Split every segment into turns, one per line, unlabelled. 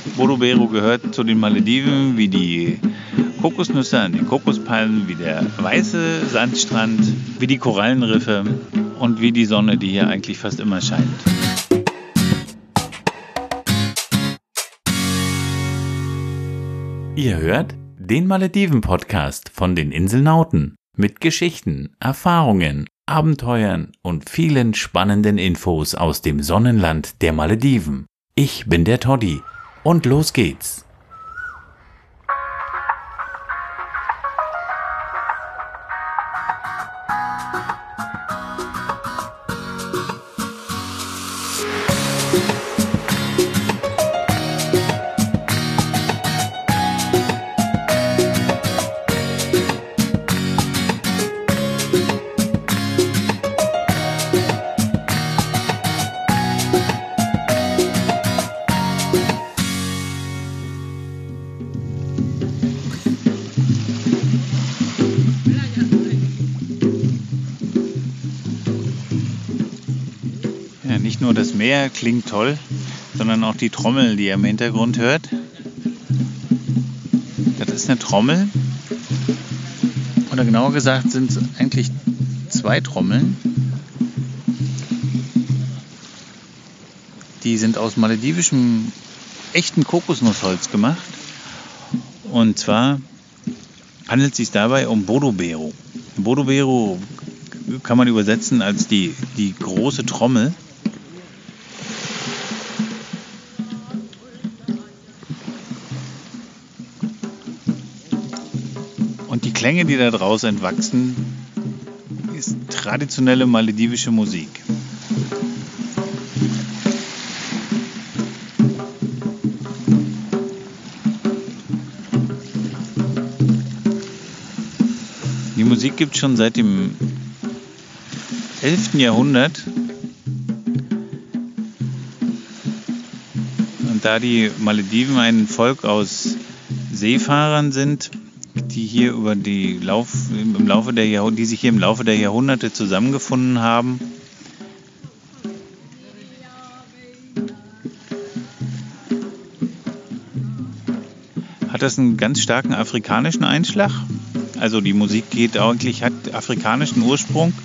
Bodobero gehört zu den Malediven wie die Kokosnüsse an den Kokospalmen, wie der weiße Sandstrand, wie die Korallenriffe und wie die Sonne, die hier eigentlich fast immer scheint.
Ihr hört den Malediven-Podcast von den Inselnauten mit Geschichten, Erfahrungen, Abenteuern und vielen spannenden Infos aus dem Sonnenland der Malediven. Ich bin der Toddy und los geht's.
Nicht nur das Meer klingt toll, sondern auch die Trommel, die ihr im Hintergrund hört. Das ist eine Trommel. Oder genauer gesagt sind es eigentlich zwei Trommeln. Die sind aus maledivischem echten Kokosnussholz gemacht. Und zwar handelt es sich dabei um Bodobero. Bodobero kann man übersetzen als die große Trommel. Und die Klänge, die daraus entwachsen, ist traditionelle maledivische Musik. Die Musik gibt es schon seit dem 11. Jahrhundert. Und da die Malediven ein Volk aus Seefahrern sind, die hier die sich hier im Laufe der Jahrhunderte zusammengefunden haben, hat das einen ganz starken afrikanischen Einschlag. Also die Musik hat afrikanischen Ursprung.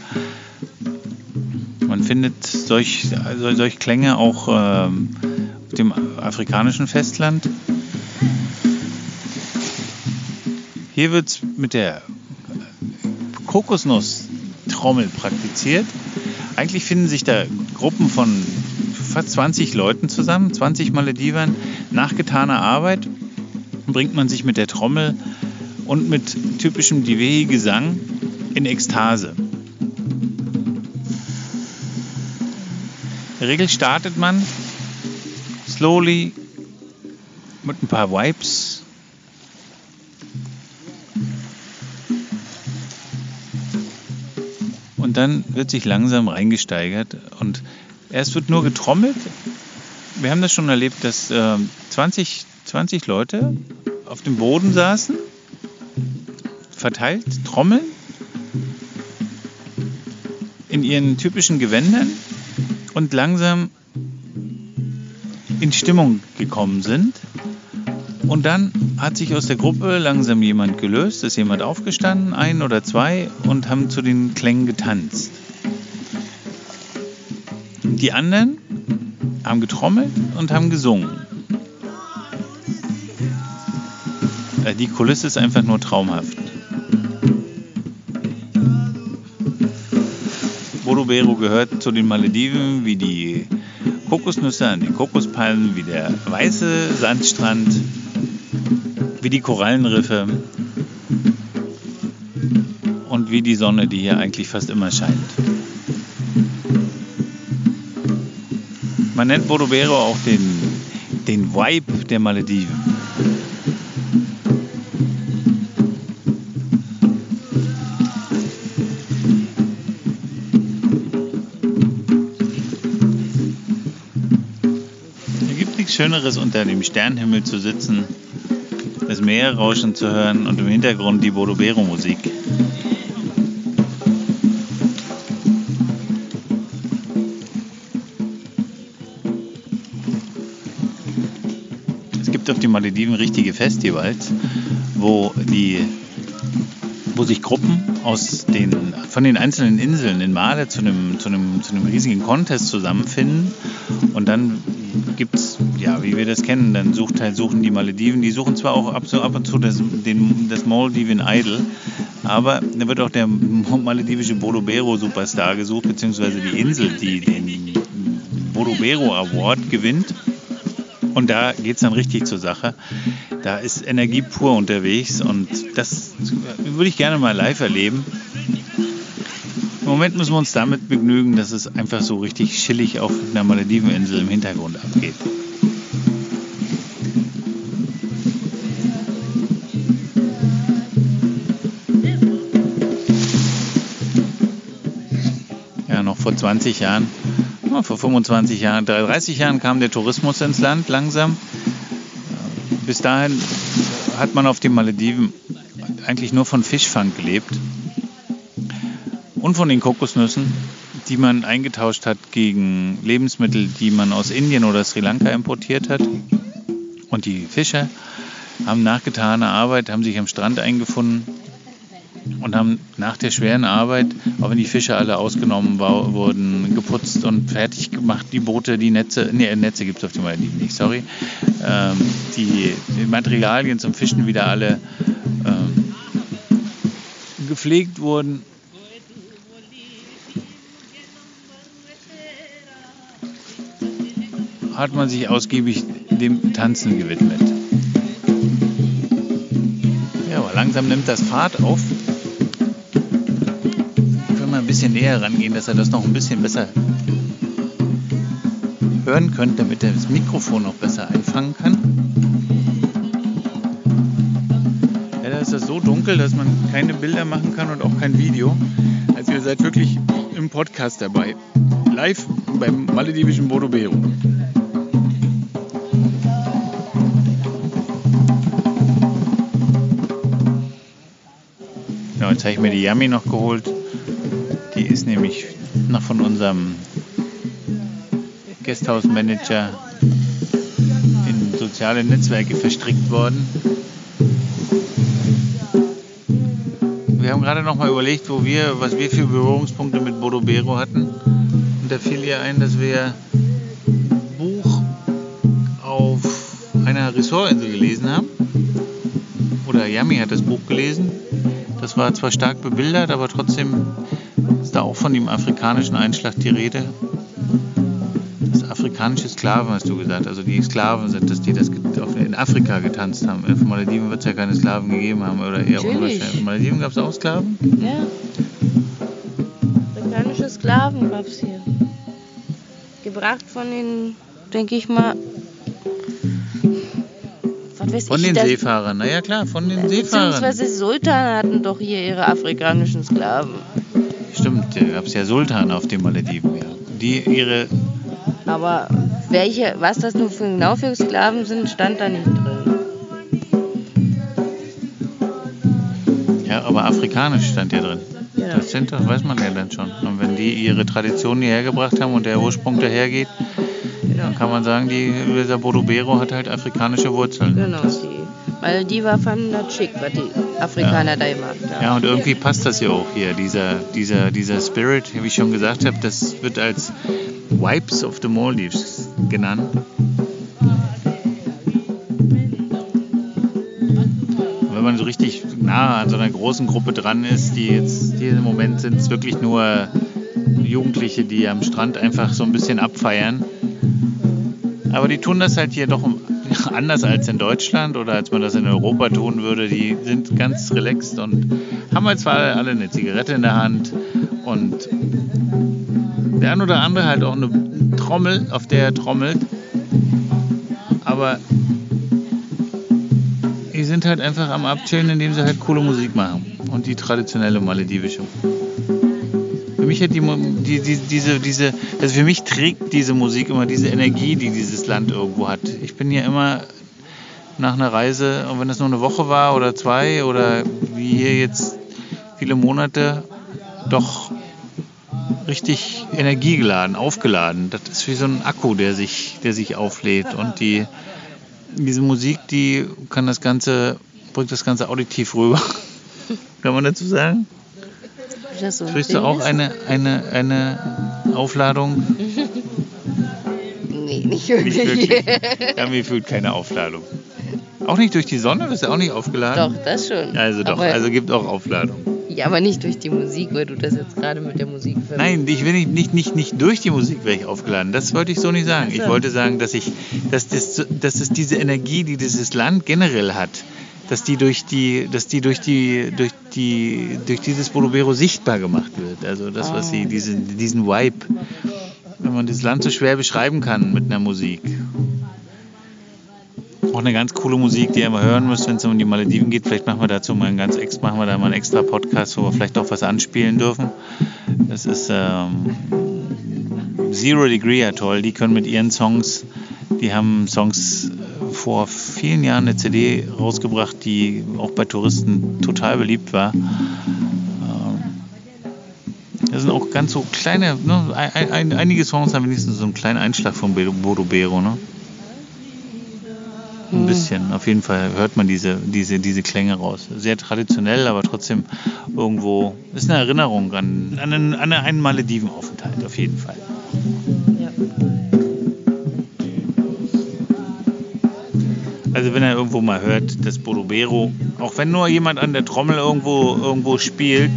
Man findet solch Klänge auch auf dem afrikanischen Festland. Hier wird es mit der Kokosnusstrommel praktiziert. Eigentlich finden sich da Gruppen von fast 20 Leuten zusammen, 20 Maledivern. Nach getaner Arbeit bringt man sich mit der Trommel und mit typischem Diwehi-Gesang in Ekstase. In der Regel startet man slowly mit ein paar Vibes. Und dann wird sich langsam reingesteigert und erst wird nur getrommelt. Wir haben das schon erlebt, dass 20 Leute auf dem Boden saßen, verteilt trommeln in ihren typischen Gewändern und langsam in Stimmung gekommen sind. Und dann hat sich aus der Gruppe langsam jemand gelöst, ist jemand aufgestanden, ein oder zwei, und haben zu den Klängen getanzt. Die anderen haben getrommelt und haben gesungen. Die Kulisse ist einfach nur traumhaft. Bodobero gehört zu den Malediven wie die Kokosnüsse an den Kokospalmen, wie der weiße Sandstrand, wie die Korallenriffe und wie die Sonne, die hier eigentlich fast immer scheint. Man nennt Bodobero auch den Vibe der Malediven. Schöneres, unter dem Sternenhimmel zu sitzen, das Meer rauschen zu hören und im Hintergrund die Bodobero-Musik. gibt auf den Malediven richtige Festivals, wo sich Gruppen von den einzelnen Inseln in Male zu einem riesigen Contest zusammenfinden. Und dann gibt es, ja, wie wir das kennen, dann suchen die Malediven, die suchen zwar auch ab und zu das Maldivian Idol, aber da wird auch der maledivische Bodobero-Superstar gesucht, beziehungsweise die Insel, die den Bodobero Award gewinnt. Und da geht es dann richtig zur Sache. Da ist Energie pur unterwegs und das würde ich gerne mal live erleben. Im Moment müssen wir uns damit begnügen, dass es einfach so richtig chillig auf einer Malediveninsel im Hintergrund abgeht. Ja, noch vor 20 Jahren, vor 25 Jahren, 30 Jahren kam der Tourismus ins Land langsam. Bis dahin hat man auf den Malediven eigentlich nur von Fischfang gelebt und von den Kokosnüssen, die man eingetauscht hat gegen Lebensmittel, die man aus Indien oder Sri Lanka importiert hat. Und die Fischer haben nach getaner Arbeit, haben sich am Strand eingefunden und haben nach der schweren Arbeit, auch wenn die Fische alle ausgenommen wurden, geputzt und fertig gemacht, die Boote, die Netze gibt es auf den Malediven nicht, sorry, die Materialien zum Fischen wieder alle gepflegt wurden. Hat man sich ausgiebig dem Tanzen gewidmet. Ja, aber langsam nimmt das Fahrt auf. Können wir ein bisschen näher rangehen, dass er das noch ein bisschen besser hören könnt, damit er das Mikrofon noch besser einfangen kann. Ja, da ist das so dunkel, dass man keine Bilder machen kann und auch kein Video. Also ihr seid wirklich im Podcast dabei. Live beim maledivischen Bodobero. Ja, jetzt habe ich mir die Yummy noch geholt. Die ist nämlich noch von unserem Guesthouse-Manager in soziale Netzwerke verstrickt worden. Wir haben gerade noch mal überlegt, was wir für Berührungspunkte mit Bodobero hatten. Und da fiel ihr ein, dass wir ein Buch auf einer Ressortinsel gelesen haben. Oder Yummy hat das Buch gelesen. Das war zwar stark bebildert, aber trotzdem ist da auch von dem afrikanischen Einschlag die Rede. Das afrikanische Sklaven, hast du gesagt. Also die Sklaven sind das, die das in Afrika getanzt haben. Auf Malediven wird es ja keine Sklaven gegeben haben. Oder eher unwahrscheinlich. In Malediven gab es auch Sklaven?
Ja. Afrikanische Sklaven gab es hier. Gebracht von den, denke ich mal,
von den Seefahrern, naja klar, von den Seefahrern.
Beziehungsweise Sultane hatten doch hier ihre afrikanischen Sklaven.
Stimmt, da gab es ja Sultane auf den Malediven, ja. Die ihre...
Aber was das nur genau für Sklaven sind, stand da nicht drin.
Ja, aber afrikanisch stand ja drin. Ja. Das sind doch, weiß man ja dann schon. Und wenn die ihre Tradition hierher gebracht haben und der Ursprung dahergeht, dann kann man sagen, dieser Bodobero hat halt afrikanische Wurzeln.
Genau, weil die fanden das schick, was die Afrikaner da gemacht haben.
Ja, und irgendwie passt das ja auch hier, dieser Spirit, wie ich schon gesagt habe, das wird als Vibes of the Maldives genannt. Wenn man so richtig nah an so einer großen Gruppe dran ist, im Moment sind es wirklich nur Jugendliche, die am Strand einfach so ein bisschen abfeiern. Aber die tun das halt hier doch anders als in Deutschland oder als man das in Europa tun würde. Die sind ganz relaxed und haben halt zwar alle eine Zigarette in der Hand und der ein oder andere halt auch eine Trommel, auf der er trommelt. Aber die sind halt einfach am Abchillen, indem sie halt coole Musik machen. Und die traditionelle maledivische. Für mich hat also für mich trägt diese Musik immer diese Energie, die dieses Land irgendwo hat. Ich bin ja immer nach einer Reise, und wenn das nur eine Woche war oder 2 oder wie hier jetzt viele Monate, doch richtig energiegeladen, aufgeladen. Das ist wie so ein Akku, der sich auflädt. Und diese Musik, die bringt das Ganze auditiv rüber. Kann man dazu sagen?
Das so
Kriegst du auch eine Aufladung?
Nee, nicht wirklich.
Nicht wirklich. Ja, mir fühlt keine Aufladung. Auch nicht durch die Sonne? Bist du auch nicht aufgeladen?
Doch, das schon.
Also doch, also gibt auch Aufladung.
Ja, aber nicht durch die Musik, weil du das jetzt gerade mit der Musik verbindest.
Nein, ich will nicht durch die Musik wäre ich aufgeladen. Das wollte ich so nicht sagen.
So.
Ich wollte sagen, dass es diese Energie, die dieses Land generell hat, dass die durch dieses Bolobero sichtbar gemacht wird. Also das, was sie, diesen Vibe, wenn man das Land so schwer beschreiben kann mit einer Musik. Auch eine ganz coole Musik, die ihr mal hören müsst, wenn es um die Malediven geht. Vielleicht machen wir dazu mal einen extra Podcast, wo wir vielleicht auch was anspielen dürfen. Das ist Zero Degree Atoll. Die können mit ihren Songs, die haben Songs vor vielen Jahren eine CD rausgebracht, die auch bei Touristen total beliebt war. Das sind auch ganz so kleine, ne? Einige Songs haben wenigstens so einen kleinen Einschlag von Bolobero, ne? Ein bisschen, auf jeden Fall hört man diese Klänge raus. Sehr traditionell, aber trotzdem irgendwo ist eine Erinnerung an einen Maledivenaufenthalt, auf jeden Fall.
Ja.
Also wenn er irgendwo mal hört, das Bolobero, auch wenn nur jemand an der Trommel irgendwo spielt,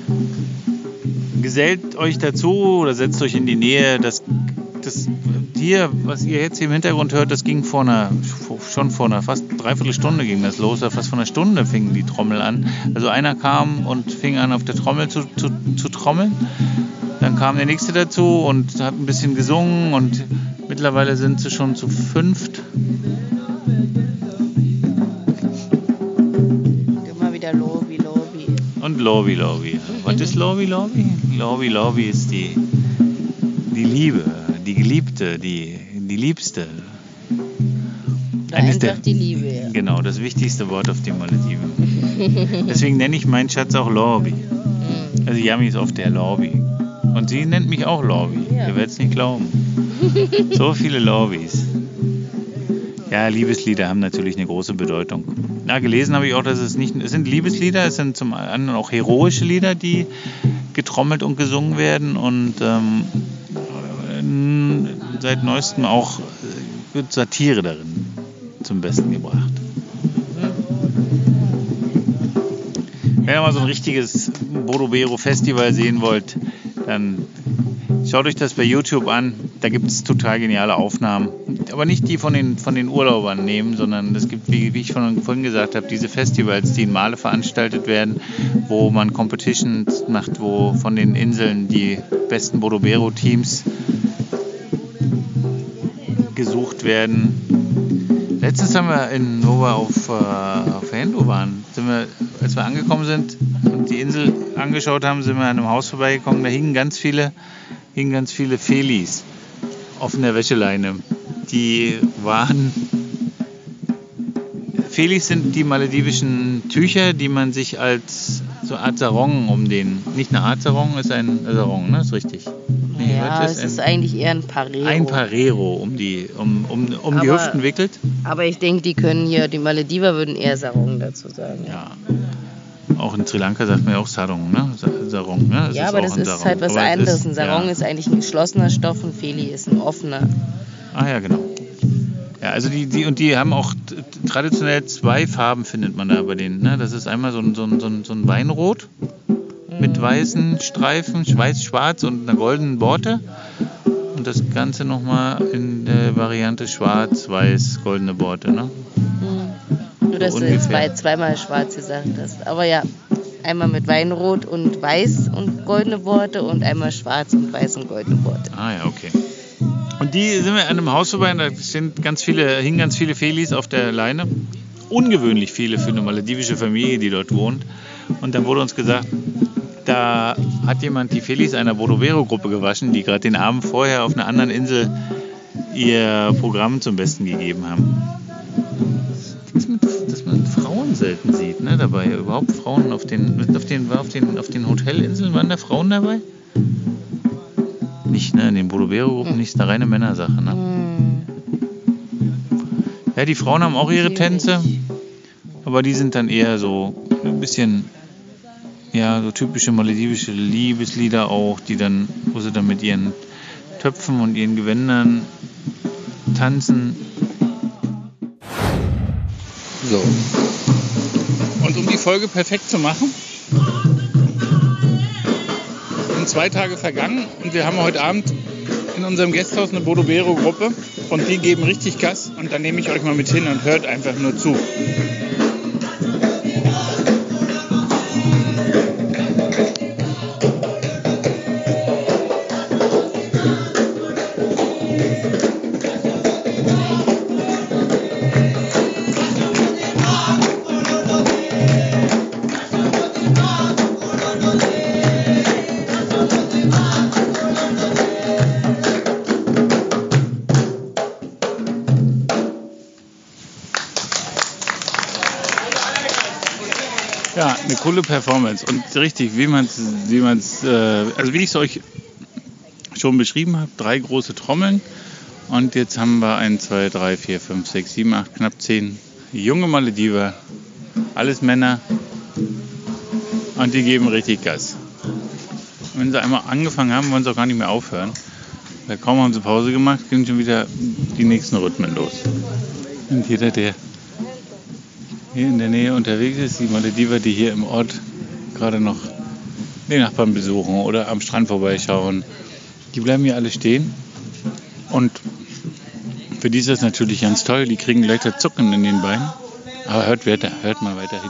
gesellt euch dazu oder setzt euch in die Nähe. Das hier, was ihr jetzt hier im Hintergrund hört, das ging schon vor einer fast dreiviertel Stunde ging das los, oder fast vor einer Stunde fing die Trommel an. Also einer kam und fing an auf der Trommel zu trommeln. Dann kam der nächste dazu und hat ein bisschen gesungen und mittlerweile sind sie schon zu 5.
Immer wieder Lobby.
Und Lobby. Was ist Lobby? Lobby ist die Liebe, die Geliebte, die Liebste.
Einfach die Liebe, ja.
Genau, das wichtigste Wort auf den Malediven. Deswegen nenne ich meinen Schatz auch Lobby. Also Yami ist oft der Lobby. Und sie nennt mich auch Lobby.
Ja.
Ihr werdet es nicht glauben. So viele Lobbys. Ja, Liebeslieder haben natürlich eine große Bedeutung. Na, gelesen habe ich auch, dass es sind Liebeslieder, es sind zum anderen auch heroische Lieder, die getrommelt und gesungen werden und seit neuestem auch wird Satire darin zum Besten gebracht. Wenn ihr mal so ein richtiges Bolobero-Festival sehen wollt, dann schaut euch das bei YouTube an. Da gibt es total geniale Aufnahmen. Aber nicht die von den Urlaubern nehmen, sondern es gibt, wie ich vorhin gesagt habe, diese Festivals, die in Male veranstaltet werden, wo man Competitions macht, wo von den Inseln die besten Bolobero-Teams gesucht werden. Letztens haben wir, wo wir auf Hendo waren, als wir angekommen sind und die Insel angeschaut haben, sind wir an einem Haus vorbeigekommen, da hingen ganz viele Felis auf einer Wäscheleine. Felis sind die maledivischen Tücher, die man sich als so Art Sarong nicht eine Art Sarong, ist ein Sarong, ne? Ist richtig. Nee,
ja, es ist eigentlich eher ein Parero.
Ein Parero um die Hüften wickelt.
Aber ich denke, die Malediver würden eher Sarong dazu sagen.
Ja. Auch in Sri Lanka sagt man ja auch Sarong, ne? Sarong, ne?
Ja, aber das ist halt was anderes. Ein Sarong ist eigentlich ein geschlossener Stoff und Feli ist ein offener.
Ah ja, genau. Ja, also die haben auch traditionell 2 Farben, findet man da bei denen. Ne? Das ist einmal so ein Weinrot mit weißen Streifen, weiß-schwarz und einer goldenen Borte. Und das Ganze nochmal in der Variante schwarz-weiß, goldene Borte. Ne?
Nur, dass du jetzt zweimal schwarz gesagt hast. Aber ja, einmal mit Weinrot und weiß und goldene Borte und einmal schwarz und weiß und goldene Borte.
Ah ja, okay. Und die sind wir an einem Haus vorbei und da hingen ganz viele Felis auf der Leine. Ungewöhnlich viele für eine maledivische Familie, die dort wohnt. Und dann wurde uns gesagt, da hat jemand die Felis einer Bolobero-Gruppe gewaschen, die gerade den Abend vorher auf einer anderen Insel ihr Programm zum Besten gegeben haben. Dass man Frauen selten sieht, ne, dabei. Überhaupt Frauen auf den Hotelinseln, waren da Frauen dabei? Nicht, ne? In den Bolobero-Gruppen nicht, eine reine Männersache, ne? Ja, die Frauen haben auch ihre Tänze, aber die sind dann eher so ein bisschen, ja, so typische maledivische Liebeslieder auch, wo sie dann mit ihren Töpfen und ihren Gewändern tanzen. So. Und um die Folge perfekt zu machen, sind 2 Tage vergangen und wir haben heute Abend in unserem Gasthaus eine Bodobero-Gruppe und die geben richtig Gas und dann nehme ich euch mal mit hin und hört einfach nur zu. Ja, eine coole Performance und richtig, wie ich es euch schon beschrieben habe, 3 große Trommeln und jetzt haben wir 1, 2, 3, 4, 5, 6, 7, 8, knapp 10 junge Malediver, alles Männer und die geben richtig Gas. Und wenn sie einmal angefangen haben, wollen sie auch gar nicht mehr aufhören, weil kaum haben sie Pause gemacht, gehen schon wieder die nächsten Rhythmen los. Und jeder, der hier in der Nähe unterwegs ist, die Malediver, die hier im Ort gerade noch die Nachbarn besuchen oder am Strand vorbeischauen, die bleiben hier alle stehen und für die ist das natürlich ganz toll, die kriegen gleich das Zucken in den Beinen, aber hört mal weiter hin.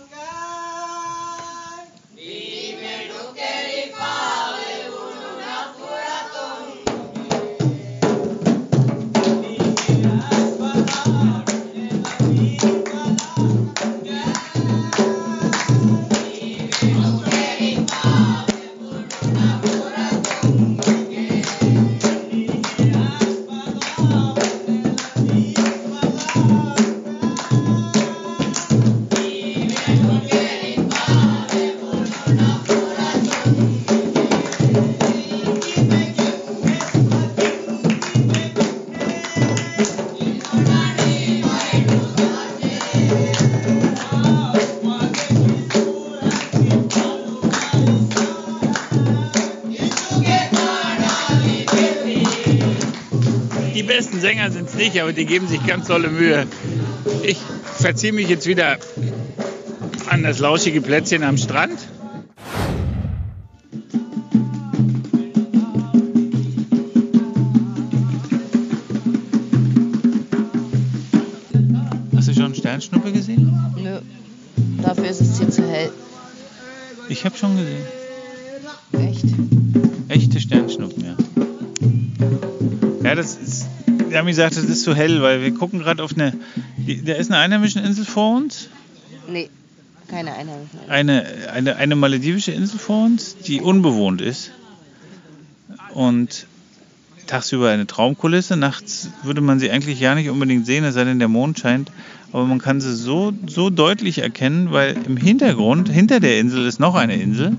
Die besten Sänger sind es nicht, aber die geben sich ganz tolle Mühe. Ich verziehe mich jetzt wieder an das lauschige Plätzchen am Strand. Hast du schon Sternschnuppe gesehen?
Nö, dafür ist es hier zu hell.
Ich habe schon gesehen.
Echt?
Echte Sternschnuppen, ja. Ja, Yami sagt, das ist zu hell, weil wir gucken gerade auf da ist eine einheimische Insel vor uns.
Nee, keine einheimische.
Eine maledivische Insel vor uns, die unbewohnt ist. Und tagsüber eine Traumkulisse. Nachts würde man sie eigentlich ja nicht unbedingt sehen, es sei denn der Mond scheint. Aber man kann sie so deutlich erkennen, weil im Hintergrund, hinter der Insel ist noch eine Insel.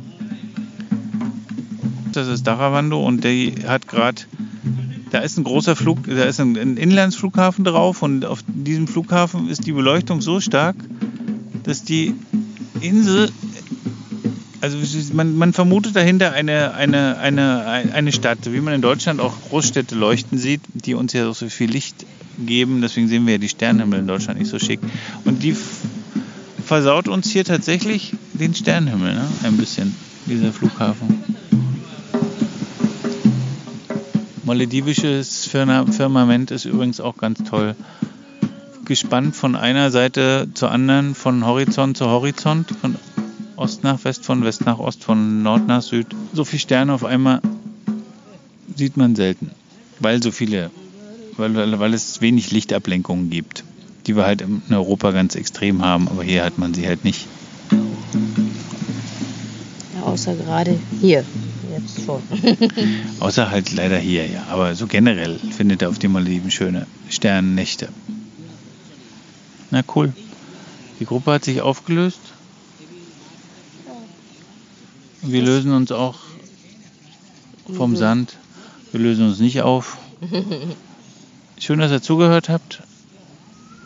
Das ist Daravando und die hat gerade, da ist ein großer da ist ein Inlandsflughafen drauf und auf diesem Flughafen ist die Beleuchtung so stark, dass die Insel, also man vermutet dahinter eine Stadt, wie man in Deutschland auch Großstädte leuchten sieht, die uns ja so viel Licht geben, deswegen sehen wir ja die Sternenhimmel in Deutschland nicht so schick. Und die versaut uns hier tatsächlich den Sternenhimmel, ne? Ein bisschen, dieser Flughafen. Maledivisches Firmament ist übrigens auch ganz toll. Gespannt von einer Seite zur anderen, von Horizont zu Horizont, von Ost nach West, von West nach Ost, von Nord nach Süd. So viele Sterne auf einmal sieht man selten, weil es wenig Lichtablenkungen gibt, die wir halt in Europa ganz extrem haben, aber hier hat man sie halt nicht.
Ja, außer gerade hier. Jetzt schon.
Außer halt leider hier, ja. Aber so generell findet ihr auf den Malediven schöne Sternennächte. Na cool. Die Gruppe hat sich aufgelöst. Wir lösen uns auch vom Sand. Wir lösen uns nicht auf. Schön, dass ihr zugehört habt.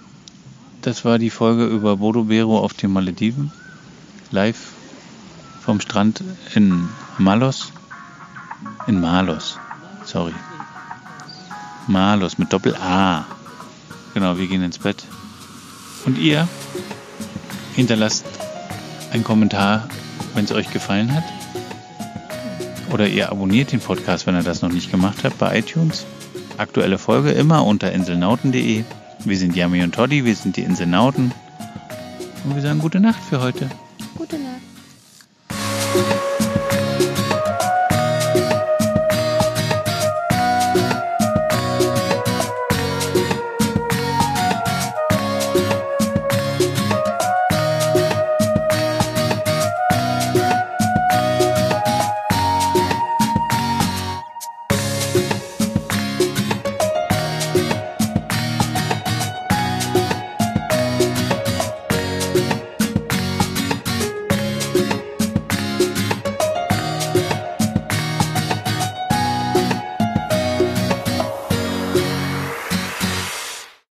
Das war die Folge über Bodo Bero auf den Malediven. Live vom Strand in Malos. In Malos. Sorry. Malos mit Doppel-A. Genau, wir gehen ins Bett. Und ihr hinterlasst einen Kommentar, wenn es euch gefallen hat. Oder ihr abonniert den Podcast, wenn ihr das noch nicht gemacht habt, bei iTunes. Aktuelle Folge immer unter inselnauten.de. Wir sind Yami und Toddy, wir sind die Inselnauten. Und wir sagen gute Nacht für heute.
Gute Nacht.